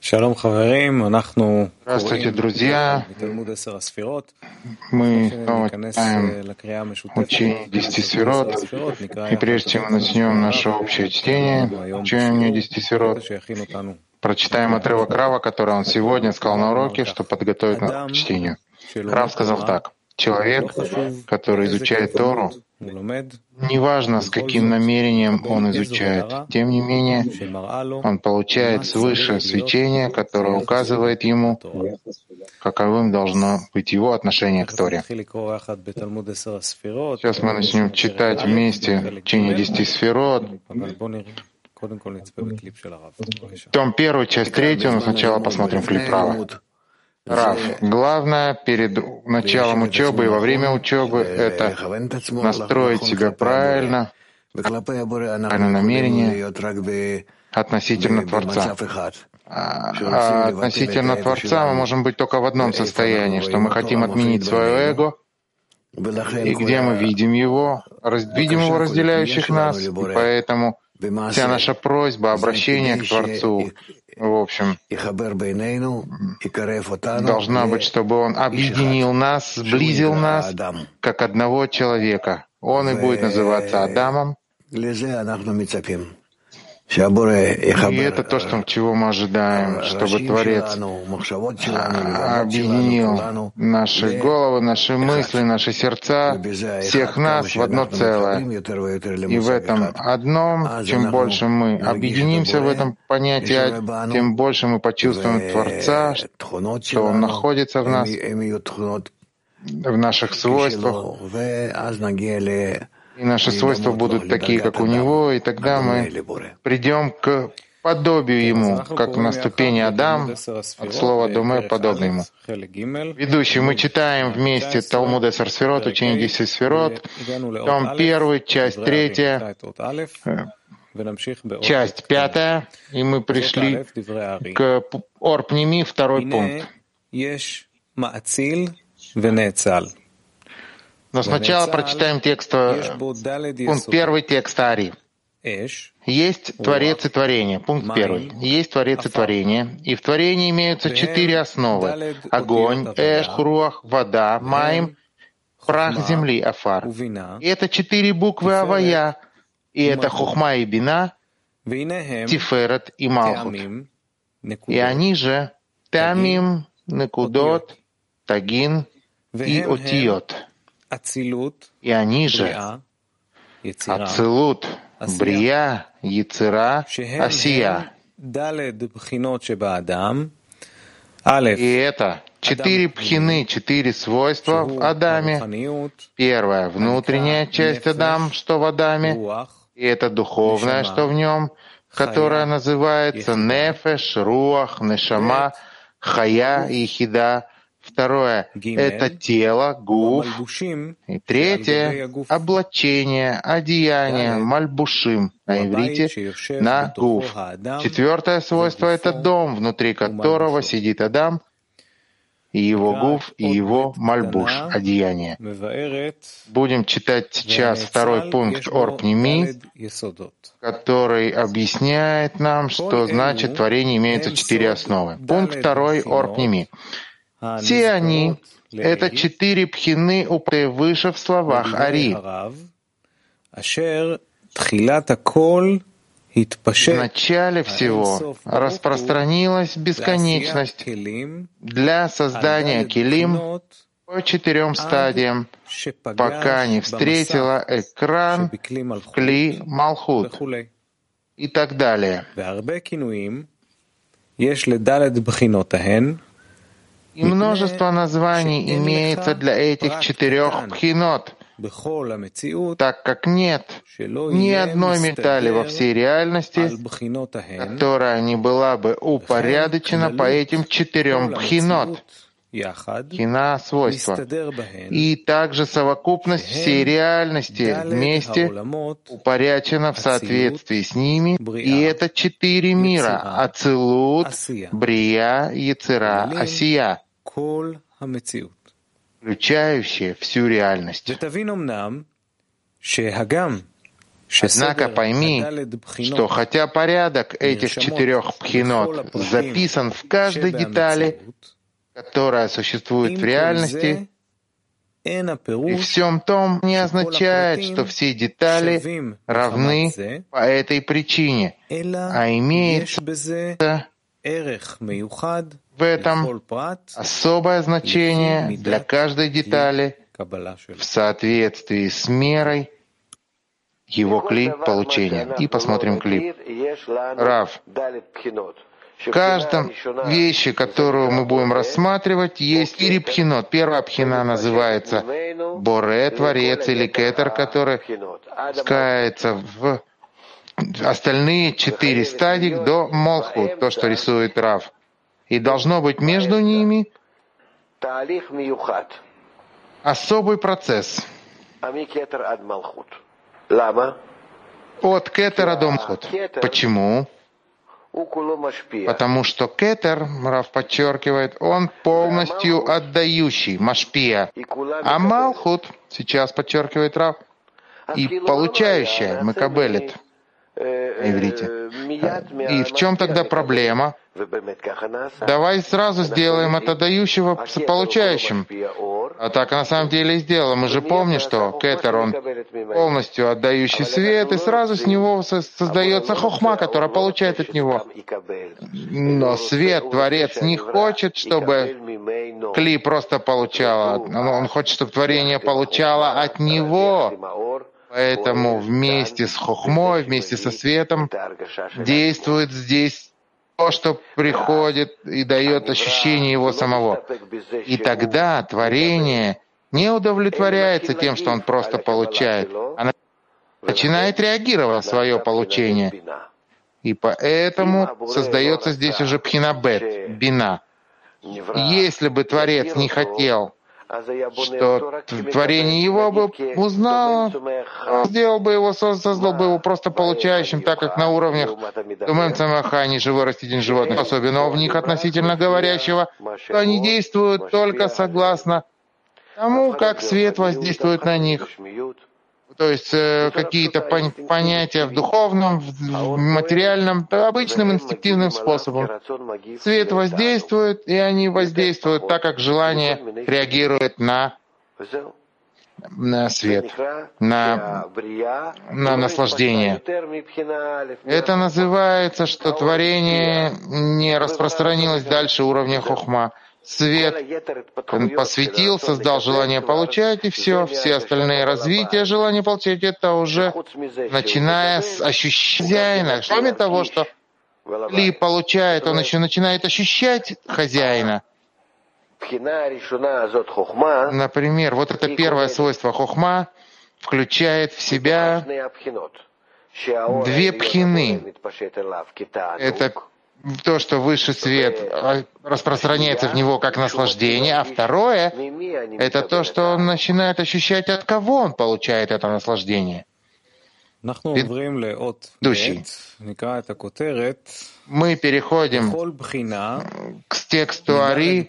Здравствуйте, друзья! Мы снова читаем учение 10 сферот. И прежде чем мы начнем наше общее чтение, учение 10 сферот, прочитаем отрывок Рава, который он сегодня сказал на уроке, чтобы подготовить нас к чтению. Рав сказал так: человек, который изучает Тору, неважно, с каким намерением он изучает, тем не менее, он получает свыше свечение, которое указывает ему, каковым должно быть его отношение к Торе. Сейчас мы начнем читать вместе учение 10 сферот. Том 1, часть 3, но сначала посмотрим клип Рава. Рав, главное перед началом учебы и во время учебы — это настроить себя правильно, правильное намерение относительно Творца. А относительно Творца мы можем быть только в одном состоянии, что мы хотим отменить свое эго, и где мы видим его разделяющих нас, и поэтому вся наша просьба, обращение к Творцу, в общем, должна быть, чтобы Он объединил нас, сблизил нас, как одного человека. Он и будет называться Адамом. И это то, чего мы ожидаем, чтобы Творец объединил наши головы, наши мысли, наши сердца, всех нас в одно целое. И в этом одном, чем больше мы объединимся в этом понятии, тем больше мы почувствуем Творца, что Он находится в нас, в наших свойствах. И наши свойства будут такие, как у Него, и тогда мы придем к подобию Ему, как на ступени Адам, от слова «доме» подобно Ему. Ведущий, мы читаем вместе Талмуд Эсер Сферот, учение 10 Сферот, том 1, часть 3, часть 5, и мы пришли к Ор Пними, второй пункт. Но сначала прочитаем текст, пункт 1 текста Ари. Есть Творец и творение. Пункт 1. Есть Творец и творение. И в творении имеются 4 основы: огонь, эш, руах, вода, маим, прах земли, афар. И это 4 буквы Авая. И это хохма и бина, тиферет и малхут. И они же тамим, некудот, тагин и отиот. И они же Ацилут, Брия, Яцера, Асия. И это 4 пхины, 4 свойства в Адаме. Первая — внутренняя часть Адам, что в Адаме, и это духовное, что в нем, которое называется Нефеш, Руах, Нешама, Хая и Хида. Второе — это тело, гуф. И третье — облачение, одеяние, мальбушим на иврите, на гуф. Четвертое свойство — это дом, внутри которого сидит Адам, и его гуф, и его мальбуш, одеяние. Будем читать сейчас второй пункт Ор Пними, который объясняет нам, что значит в творении имеются 4 основы. Пункт 2 Ор Пними. Все они — это 4 пхины, упомянутые выше в словах Ари. В начале всего распространилась бесконечность для создания килим по 4 стадиям, пока не встретила экран в кли Малхут и так далее. И множество названий имеется для этих 4 пхинот, так как нет ни одной метали во всей реальности, которая не была бы упорядочена по этим 4 пхинот. Пхина — свойства. И также совокупность всей реальности вместе упорядочена в соответствии с ними. И это 4 мира — Ацилут, Брия, Яцера, Асия, включающие всю реальность. Однако пойми, что хотя порядок этих 4 пхинот записан в каждой детали, которая существует в реальности, и всем том не означает, что все детали равны по этой причине, а имеется в этом особое значение для каждой детали в соответствии с мерой его кли получения. И посмотрим клип. Рав. В каждом вещи, которую мы будем рассматривать, есть 4 пхинот. Первая пхина называется Боре, Творец, или Кетер, который спускается в остальные 4 стадии до Молхут, то, что рисует Рав. И должно быть между ними особый процесс. От Кетера до Молхут. Почему? Потому что Кетер, Рав подчеркивает, он полностью отдающий, машпия. А Малхут, сейчас подчеркивает Рав, и получающая, макабелет на иврите. И в чем тогда проблема? Давай сразу сделаем от отдающего с получающим. А так на самом деле и сделаем. Мы же помним, что Кетер, он полностью отдающий свет, и сразу с него создается хохма, которая получает от него. Но свет, Творец, не хочет, чтобы кли просто получало. Он хочет, чтобы творение получало от него. Поэтому вместе с хохмой, вместе со светом действует здесь то, что приходит и дает ощущение его самого. И тогда творение не удовлетворяется тем, что он просто получает. Оно начинает реагировать на свое получение. И поэтому создается здесь уже пхинабет, бина. Если бы Творец не хотел, что творение его бы узнало, сделал бы его, создал бы его просто получающим, так как на уровнях Думем Цамаха, неживой растительных животных, особенно в них относительно говорящего, то они действуют только согласно тому, как свет воздействует на них. То есть какие-то понятия в духовном, в материальном, обычным инстинктивным способом. Свет воздействует, и они воздействуют так, как желание реагирует на свет, на наслаждение. Это называется, что творение не распространилось дальше уровня хохма. Свет он посветил, создал желание получать, и все остальные развития желания получать, это уже начиная с ощущения. Кроме того, что Ли получает, он еще начинает ощущать хозяина. Например, вот это первое свойство хохма включает в себя 2 пхины. Это то, что высший свет распространяется в него как наслаждение, а второе — это то, что он начинает ощущать, от кого он получает это наслаждение. Ведущий. Мы переходим к тексту Ари.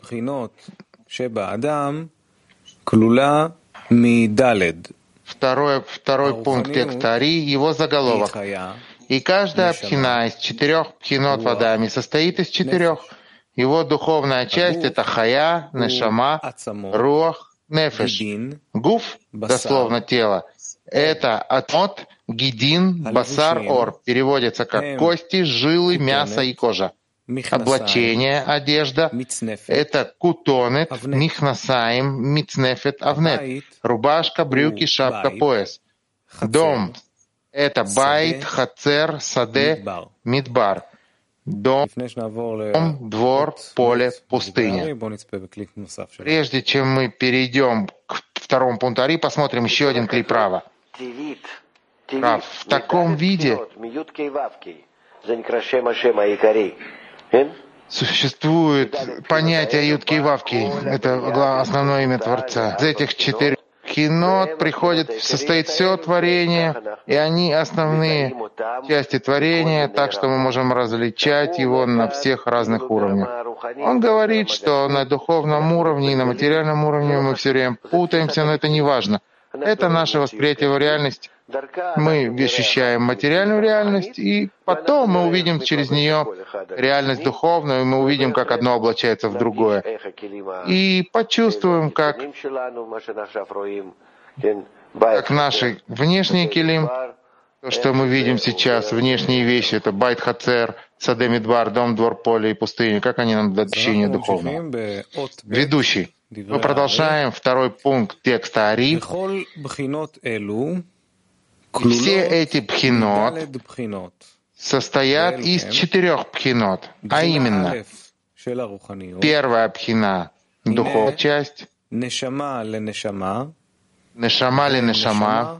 Второй пункт текста Ари, его заголовок. И каждая пхина из 4 пхинот водами состоит из 4. Его духовная часть — это хая, нешама, руах, нефеш. Гуф, дословно тело, это атмот, гидин, басар, ор. Переводится как кости, жилы, мясо и кожа. Облачение, одежда — это кутонет, михнасаим, мицнефет, авнет. Рубашка, брюки, шапка, пояс. Дом — это байт, хацер, саде, мидбар. Дом, двор, поле, пустыня. Прежде чем мы перейдем к второму пункту Ари, посмотрим еще один клип Рава. Рав, в таком виде существует понятие Ютки и Вавки. Это основное имя Творца. Из этих 4 пхинот состоит все творение, и они основные части творения, так что мы можем различать его на всех разных уровнях. Он говорит, что на духовном уровне и на материальном уровне мы все время путаемся, но это не важно. Это наше восприятие реальности. Мы ощущаем материальную реальность, и потом мы увидим через нее реальность духовную, и мы увидим, как одно облачается в другое. И почувствуем, как наши внешние килим, то, что мы видим сейчас, внешние вещи, это Байт Хацер, Саде Мидбар, дом, двор, поле и пустыня, как они нам дают ощущение духовного. Ведущий. Мы продолжаем второй пункт текста Ари. Все эти бхинот состоят из 4 бхинот, а именно первая бхина — духовная часть, нешама ли нешама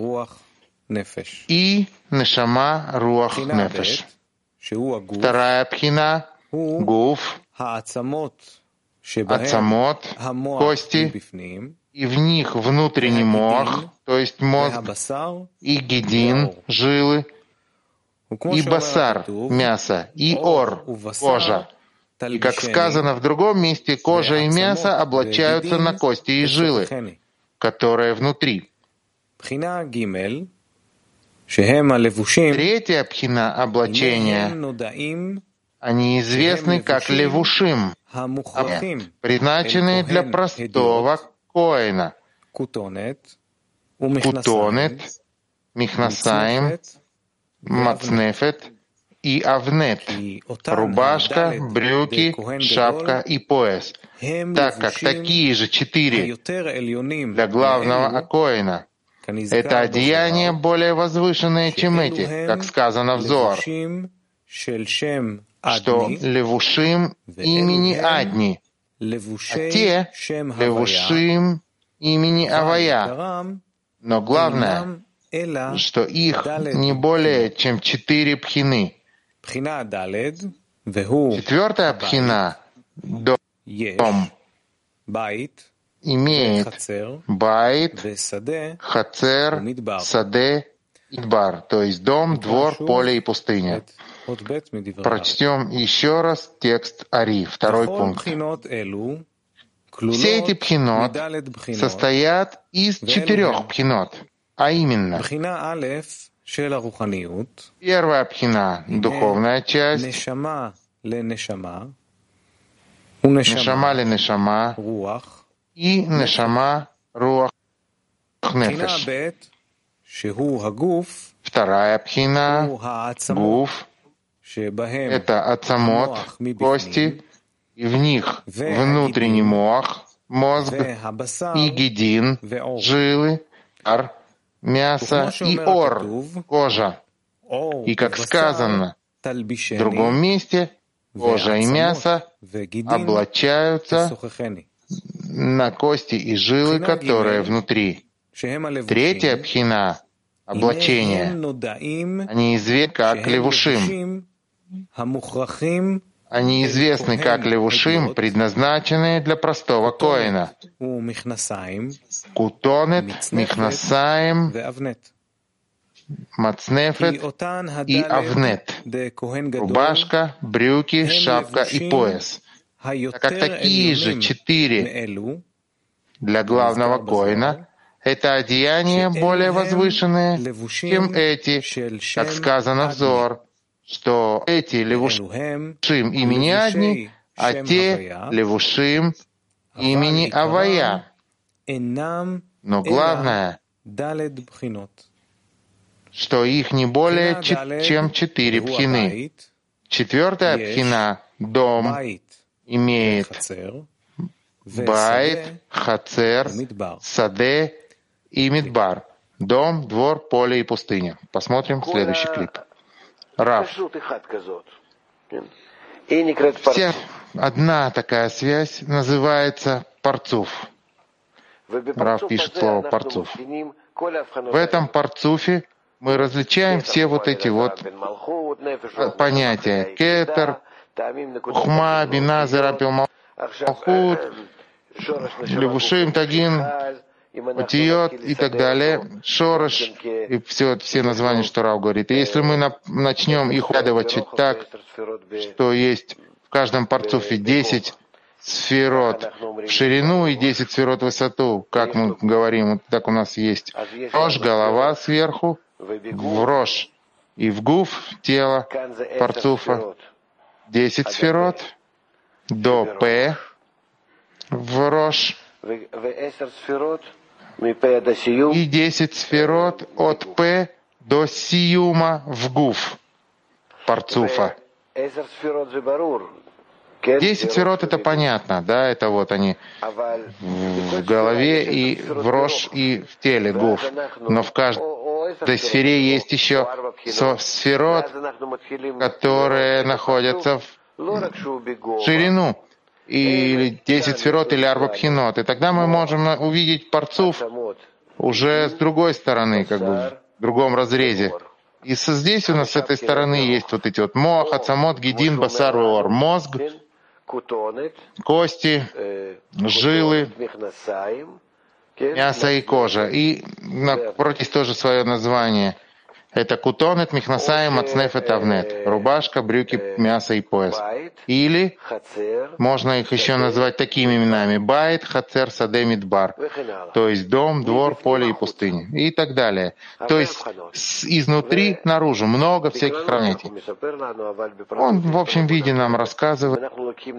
и нешама руах нефеш. Вторая бхина — гуф, ацамот, кости, и в них внутренний мох, то есть мозг, и гидин, жилы, и басар, мясо, и ор, кожа. И, как сказано в другом месте, кожа и мясо облачаются на кости и жилы, которые внутри. Третья бхина облачения, они известны как левушим, предназначенные для простого коэна. Кутонет, михнасаим, мацнефет и авнет, рубашка, брюки, шапка и пояс, так как такие же 4 для главного коэна. Это одеяния более возвышенные, чем эти, как сказано в Зоар, что левушим имени Адни, а те левушим имени Авая. Но главное, что их не более чем 4 бхины. 4-я бхина, дом, имеет байт, хацер, саде, идбар, то есть дом, двор, поле и пустыня. Прочтем еще раз текст Ари, второй пункт. Все эти бхинот состоят из 4 бхинот, а именно первая бхина — духовная часть, нешама ли нешама и нешама руах нефеш. Вторая бхина — гуф, это ацамот, кости, и в них внутренний мох, мозг, и гидин, жилы, мясо и ор, кожа. И, как сказано в другом месте, кожа и мясо облачаются на кости и жилы, которые внутри. 3-я бхина — облачение. Они известны как левушим. Они известны как левушим, предназначенные для простого коэна. Кутонет, михнасаем, мацнефет и авнет. Рубашка, брюки, шапка и пояс. Так как такие же 4 для главного коэна, это одеяния более возвышенные, чем эти, как сказано в Зоар, что эти левушим имени Адни, а те левушим имени Авая. Но главное, что их не более чем 4 бхины. 4-я бхина, дом, имеет байт, хацер, саде и мидбар. Дом, двор, поле и пустыня. Посмотрим следующий клип. Рав. Одна такая связь называется парцуф. Рав пишет слово парцуф. В этом парцуфе мы различаем все вот эти вот понятия. Кетер, хухма, бина, зерапил, малхут, левушим, тагин, Утиот и так далее, Шорош, и все названия, что Рав говорит. И если мы начнем их угадывать так, что есть в каждом парцуфе 10 сферот в ширину и 10 сферот в высоту, как мы говорим, вот так у нас есть. Рош, голова сверху, в рош и в гуф, тело парцуфа, 10 сферот, до П в рош, и 10 сферот от П до сиюма в гуф парцуфа. 10 сферот — это понятно, да, это вот они в голове и в рош и в теле гуф. Но в каждой сфере есть еще сферот, которые находятся в ширину, или 10 сферот, или арба пхинот. И тогда мы можем увидеть парцуф уже с другой стороны, как бы в другом разрезе. И здесь у нас с этой стороны есть вот эти вот моах, ацамот, гидин, басар, ор, мозг, кости, жилы, мясо и кожа. И напротив тоже свое название. Это кутонет, михнасаем, мацнеф и тавнет. Рубашка, брюки, мясо и пояс. Или можно их еще назвать такими именами: байт, хацер, саде, мидбар. То есть дом, двор, поле и пустыня. И так далее. То есть изнутри наружу много всяких равнятий. Он в общем виде нам рассказывает,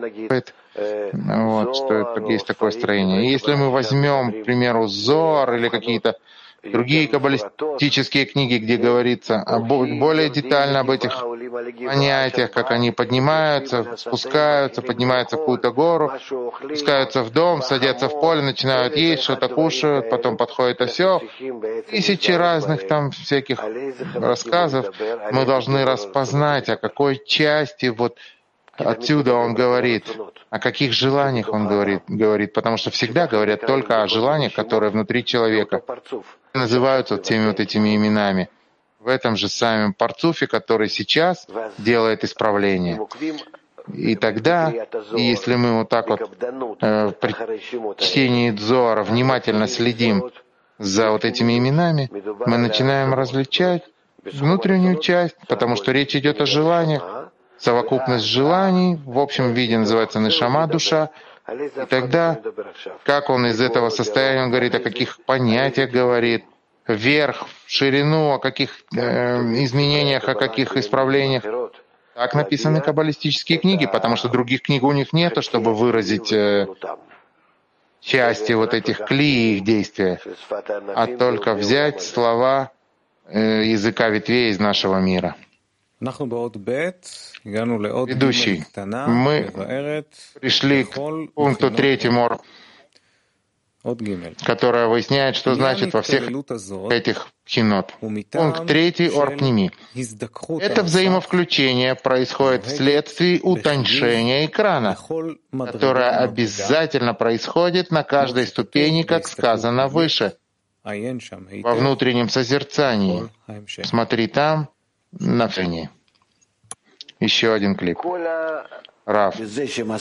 вот, что это есть такое строение. И если мы возьмем, к примеру, Зоар или какие-то другие каббалистические книги, где говорится более детально об этих понятиях, как они поднимаются, спускаются, поднимаются в какую-то гору, спускаются в дом, садятся в поле, начинают есть, что-то кушают, потом подходит осел. Тысячи разных там всяких рассказов. Мы должны распознать, о какой части вот отсюда он говорит, о каких желаниях он говорит, потому что всегда говорят только о желаниях, которые внутри человека, называются вот теми вот этими именами. В этом же самом парцуфе, который сейчас делает исправление. И тогда, если мы вот так вот при чтении Зоара внимательно следим за вот этими именами, мы начинаем различать внутреннюю часть, потому что речь идет о желаниях. Совокупность желаний, в общем виде называется нешама, душа. И тогда, как он из этого состояния, он говорит, о каких понятиях говорит, вверх, в ширину, о каких изменениях, о каких исправлениях. Так написаны каббалистические книги, потому что других книг у них нет, чтобы выразить части вот этих кли, их действия, а только взять слова языка ветвей из нашего мира. Ведущий, мы пришли к пункту 3, которое выясняет, что значит во всех этих пхинот. Пункт 3, орпними. Это взаимовключение происходит вследствие утоньшения экрана, которое обязательно происходит на каждой ступени, как сказано выше, во внутреннем созерцании. Смотри там, на фоне. Еще один клип. Рав. То,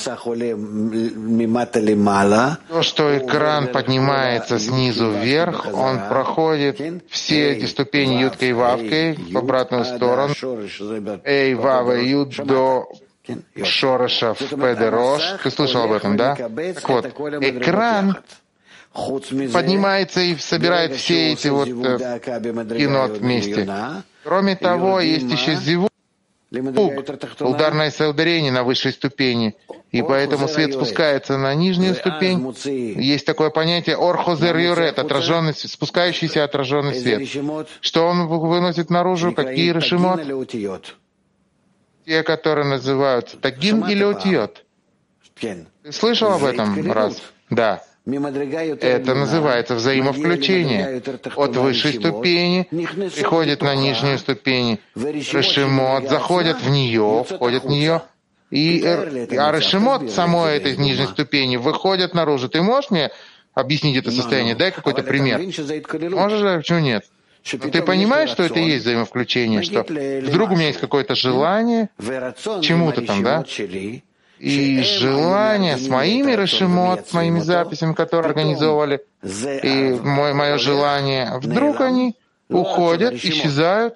что экран поднимается снизу вверх, он проходит все эти ступени юткой и вавкой в обратную сторону. Эй, вава, юд до шореша в педерош. Ты слышал об этом, да? Так вот, экран поднимается и собирает все эти вот кинот вместе. Кроме того, есть еще зивук, ударное соударение на высшей ступени, и поэтому свет спускается на нижнюю ступень. Есть такое понятие орхозер юрет, отраженный, спускающийся отраженный свет. Что он выносит наружу? Какие решимот? Те, которые называются тагин или утьет. Ты слышал об этом раз? Да. Это называется взаимовключение. От высшей ступени приходит на нижнюю ступень. Решимот заходят в нее, входят в нее. А решимот самой этой нижней ступени выходят наружу. Ты можешь мне объяснить это состояние? Дай какой-то пример. Можешь, а почему нет? Но ты понимаешь, что это и есть взаимовключение? Что вдруг у меня есть какое-то желание, чему-то там, да? И желание с моими решимот, с моими записями, которые организовали, и мое желание, вдруг они уходят, исчезают.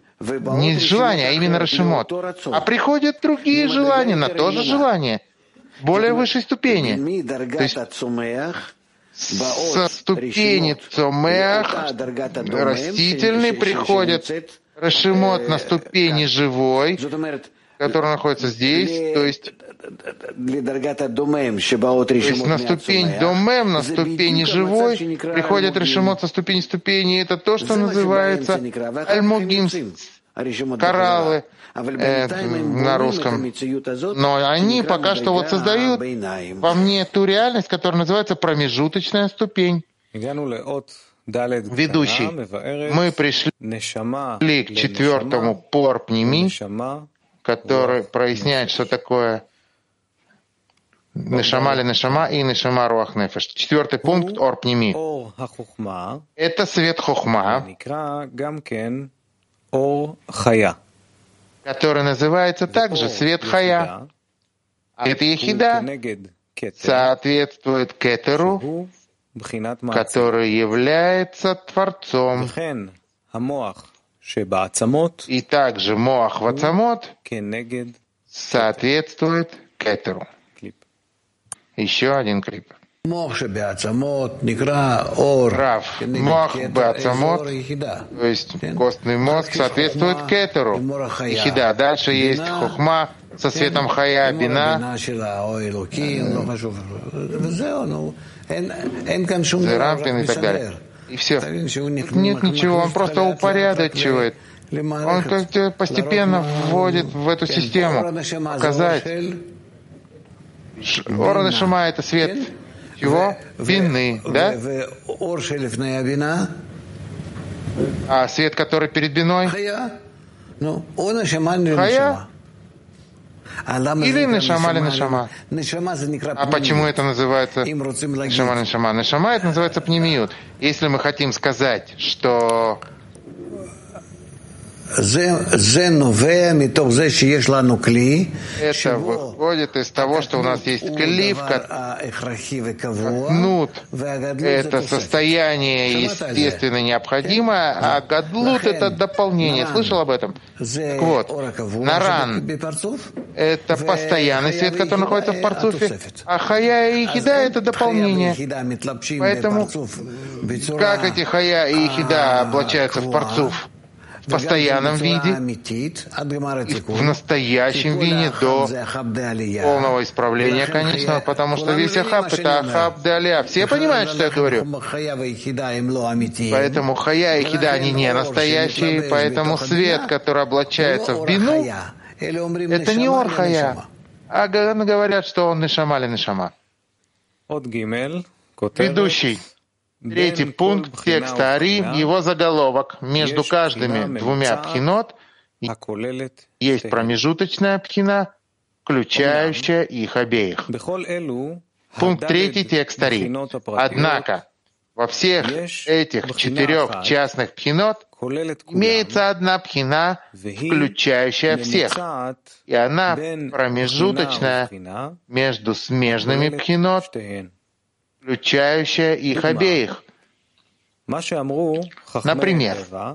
Не желание, а именно решимот. А приходят другие желания на то же желание. более высшей ступени. То есть со ступени цомеах растительный приходит решимот на ступени живой, который находится здесь, то есть на ступень домем, на ступени живой приходит решимот со ступени, это то, что называется альмогим, кораллы на русском. Но они пока что вот создают во мне ту реальность, которая называется промежуточная ступень. Ведущий, мы пришли к четвертому порпними, который проясняет, что такое нешама ли нешама и нешама руах нефеш. Четвертый пункт орпними. Это свет хохма, который называется также свет хая. Это ехида соответствует кетеру, который является Творцом. И также моах вацамот соответствует кетеру. Еще один клип. Рав, моах бацамот, то есть костный мозг, соответствует кетеру. Ехида. Дальше есть хохма со светом хая, бина, зерампин и так далее. И все. Нет ничего, он просто упорядочивает. Он как-то постепенно вводит в эту систему. Показать. Ора нешама — это свет чего? Бины, да? А свет, который перед биной? Хая? Или нешама ли нешама? А почему это называется нешама ли нешама? Нешама — это называется пнемиют. Если мы хотим сказать, что это выходит из того, что у нас есть клиф, кнут, это состояние естественно необходимое, а гадлут — это дополнение. Слышал об этом? Так вот, наран — это постоянный свет, который находится в парцуфе, а хая и ехида — это дополнение. Поэтому как эти хая и ехида облачаются в парцуф? В постоянном виде и в настоящем виде до полного исправления, конечно, потому что весь ахаб — это ахаб де алия. Все понимают, что я говорю? Поэтому хая и хида, они не настоящие, поэтому свет, который облачается в бину, это не ор хая, а говорят, что он нешама ли нешама. Ведущий. Третий пункт текста Ари, его заголовок. Между каждыми двумя пхинот есть промежуточная пхина, включающая их обеих. Пункт третий текста Ари. Однако во всех этих 4 частных пхинот имеется одна пхина, включающая всех, и она промежуточная между смежными пхинот, включающая их обеих. Например,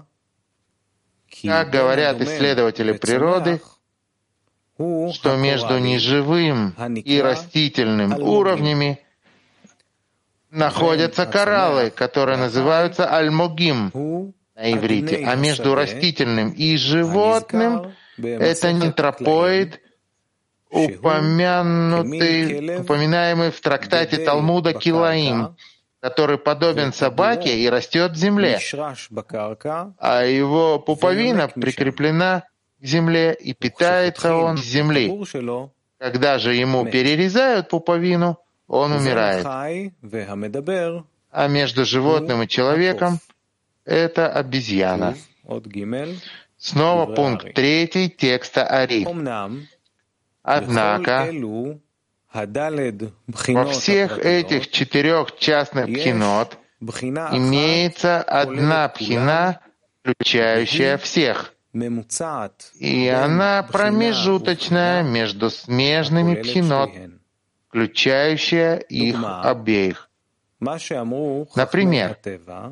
как говорят исследователи природы, что между неживым и растительным уровнями находятся кораллы, которые называются альмогим на иврите, а между растительным и животным это нитропоид, упоминаемый в трактате Талмуда Килаим, который подобен собаке и растет в земле, а его пуповина прикреплена к земле и питается он с земли. Когда же ему перерезают пуповину, он умирает. А между животным и человеком это обезьяна. Снова пункт 3 текста Ари. Однако во всех этих 4 частных пхинот имеется одна пхина, включающая всех, и она промежуточная между смежными пхинот, включающая их обеих. Например,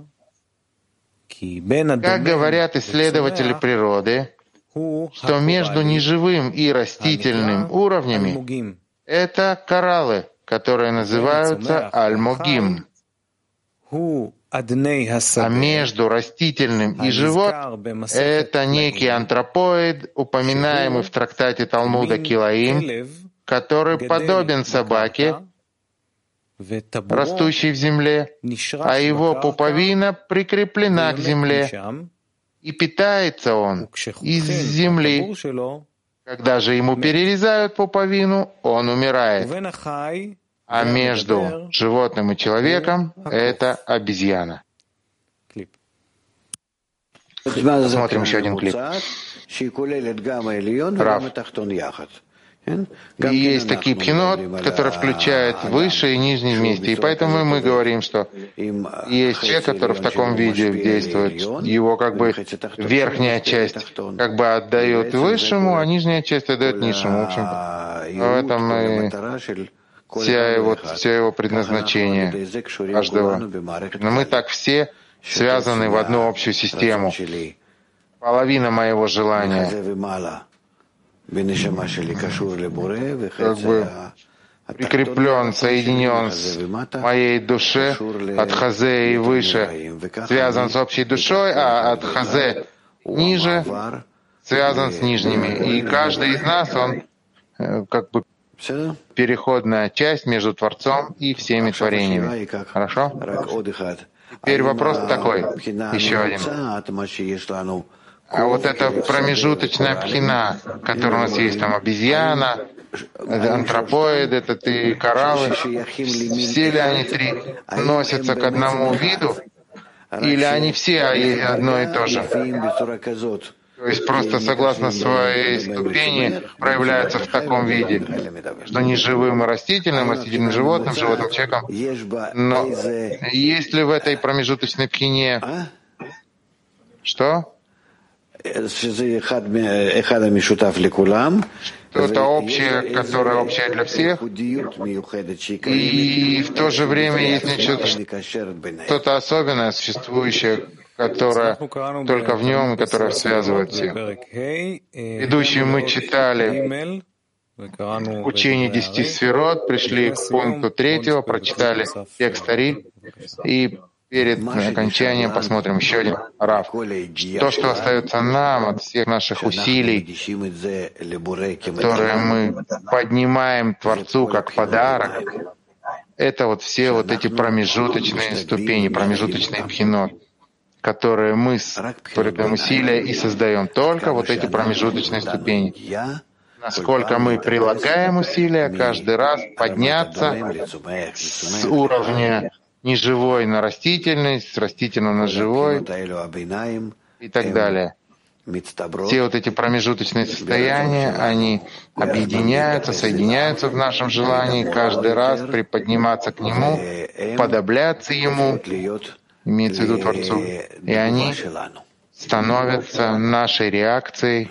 как говорят исследователи природы, что между неживым и растительным уровнями Это кораллы, которые называются альмогим. А между растительным и живот это некий антропоид, упоминаемый в трактате Талмуда Килаим, который подобен собаке, растущей в земле, а его пуповина прикреплена к земле, и питается он из земли. Когда же ему перерезают пуповину, он умирает. А между животным и человеком это обезьяна. Посмотрим еще один клип. Рав. И есть такие пхинот, которые включают высшее и нижнее вместе. И поэтому мы говорим, что есть человек, который в таком виде действует. Его как бы верхняя часть как бы отдает высшему, а нижняя часть отдает низшему. В общем, в этом и все его предназначение каждого. Но мы так все связаны в одну общую систему. Половина моего желания как бы прикреплен, соединен с моей душе от хазе и выше, связан с общей душой, а от хазе ниже связан с нижними. И каждый из нас, он как бы переходная часть между Творцом и всеми творениями. Хорошо? Теперь вопрос такой, еще один. А вот эта промежуточная пхина, которая у нас есть, там обезьяна, антропоид, это и кораллы, все ли они три носятся к одному виду, или они все одно и то же? То есть просто согласно своей ступени проявляются в таком виде, что не живым и растительным животным, животным человеком. Но есть ли в этой промежуточной пхине что? Что-то общее, которое общее для всех, и в то же время есть что-то особенное, существующее, которое только в нем и которое связывает всех. Идущие мы читали учение 10 сферот, пришли к пункту 3, прочитали текст Ари, и перед окончанием посмотрим еще один Рав. То, что остается нам от всех наших усилий, которые мы поднимаем Творцу как подарок, это вот все вот эти промежуточные ступени, промежуточные пхинот, которые мы прикладываем усилия и создаем. Только вот эти промежуточные ступени. Насколько мы прилагаем усилия каждый раз подняться с уровня неживой на растительный, с растительного на живой и так далее. Все вот эти промежуточные состояния, они объединяются, соединяются в нашем желании каждый раз приподниматься к Нему, подобляться Ему, имеется в виду Творцу, и они становятся нашей реакцией,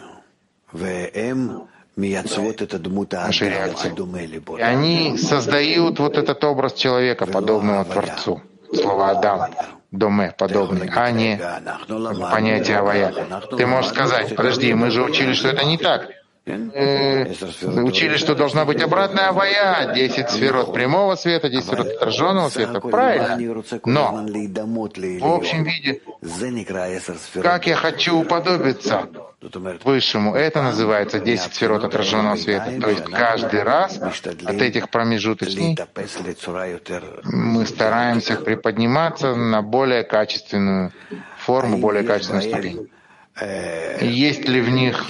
нашей реакцией. И они создают вот этот образ человека, подобного Творцу. Слово «Адам», «доме», подобный, а не понятие «авая». Ты можешь сказать, подожди, мы же учили, что это не так. Учили, что должна быть обратная авая, 10 сферот прямого света, 10 сферот отраженного света. Правильно. Но в общем виде, как я хочу уподобиться Высшему, это называется 10 сферот отраженного света. То есть каждый раз от этих промежуточных мы стараемся приподниматься на более качественную форму, более качественную ступень. Есть ли в них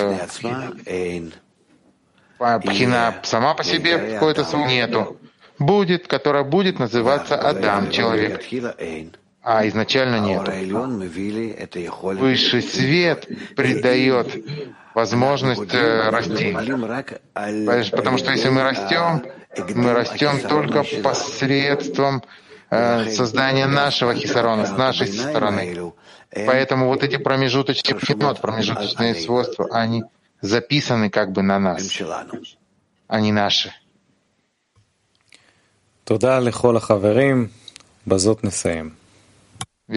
пхина сама по себе какой-то свой? Нету. Будет, которая будет называться Адам, человек. А изначально нет. Высший свет придает возможность расти. Потому что если мы растем только посредством создания нашего хисарона, с нашей стороны. Поэтому вот эти промежуточные пхинот, промежуточные свойства, они записаны как бы на нас, они наши. תודה לכל החברים, בזאת נסיים.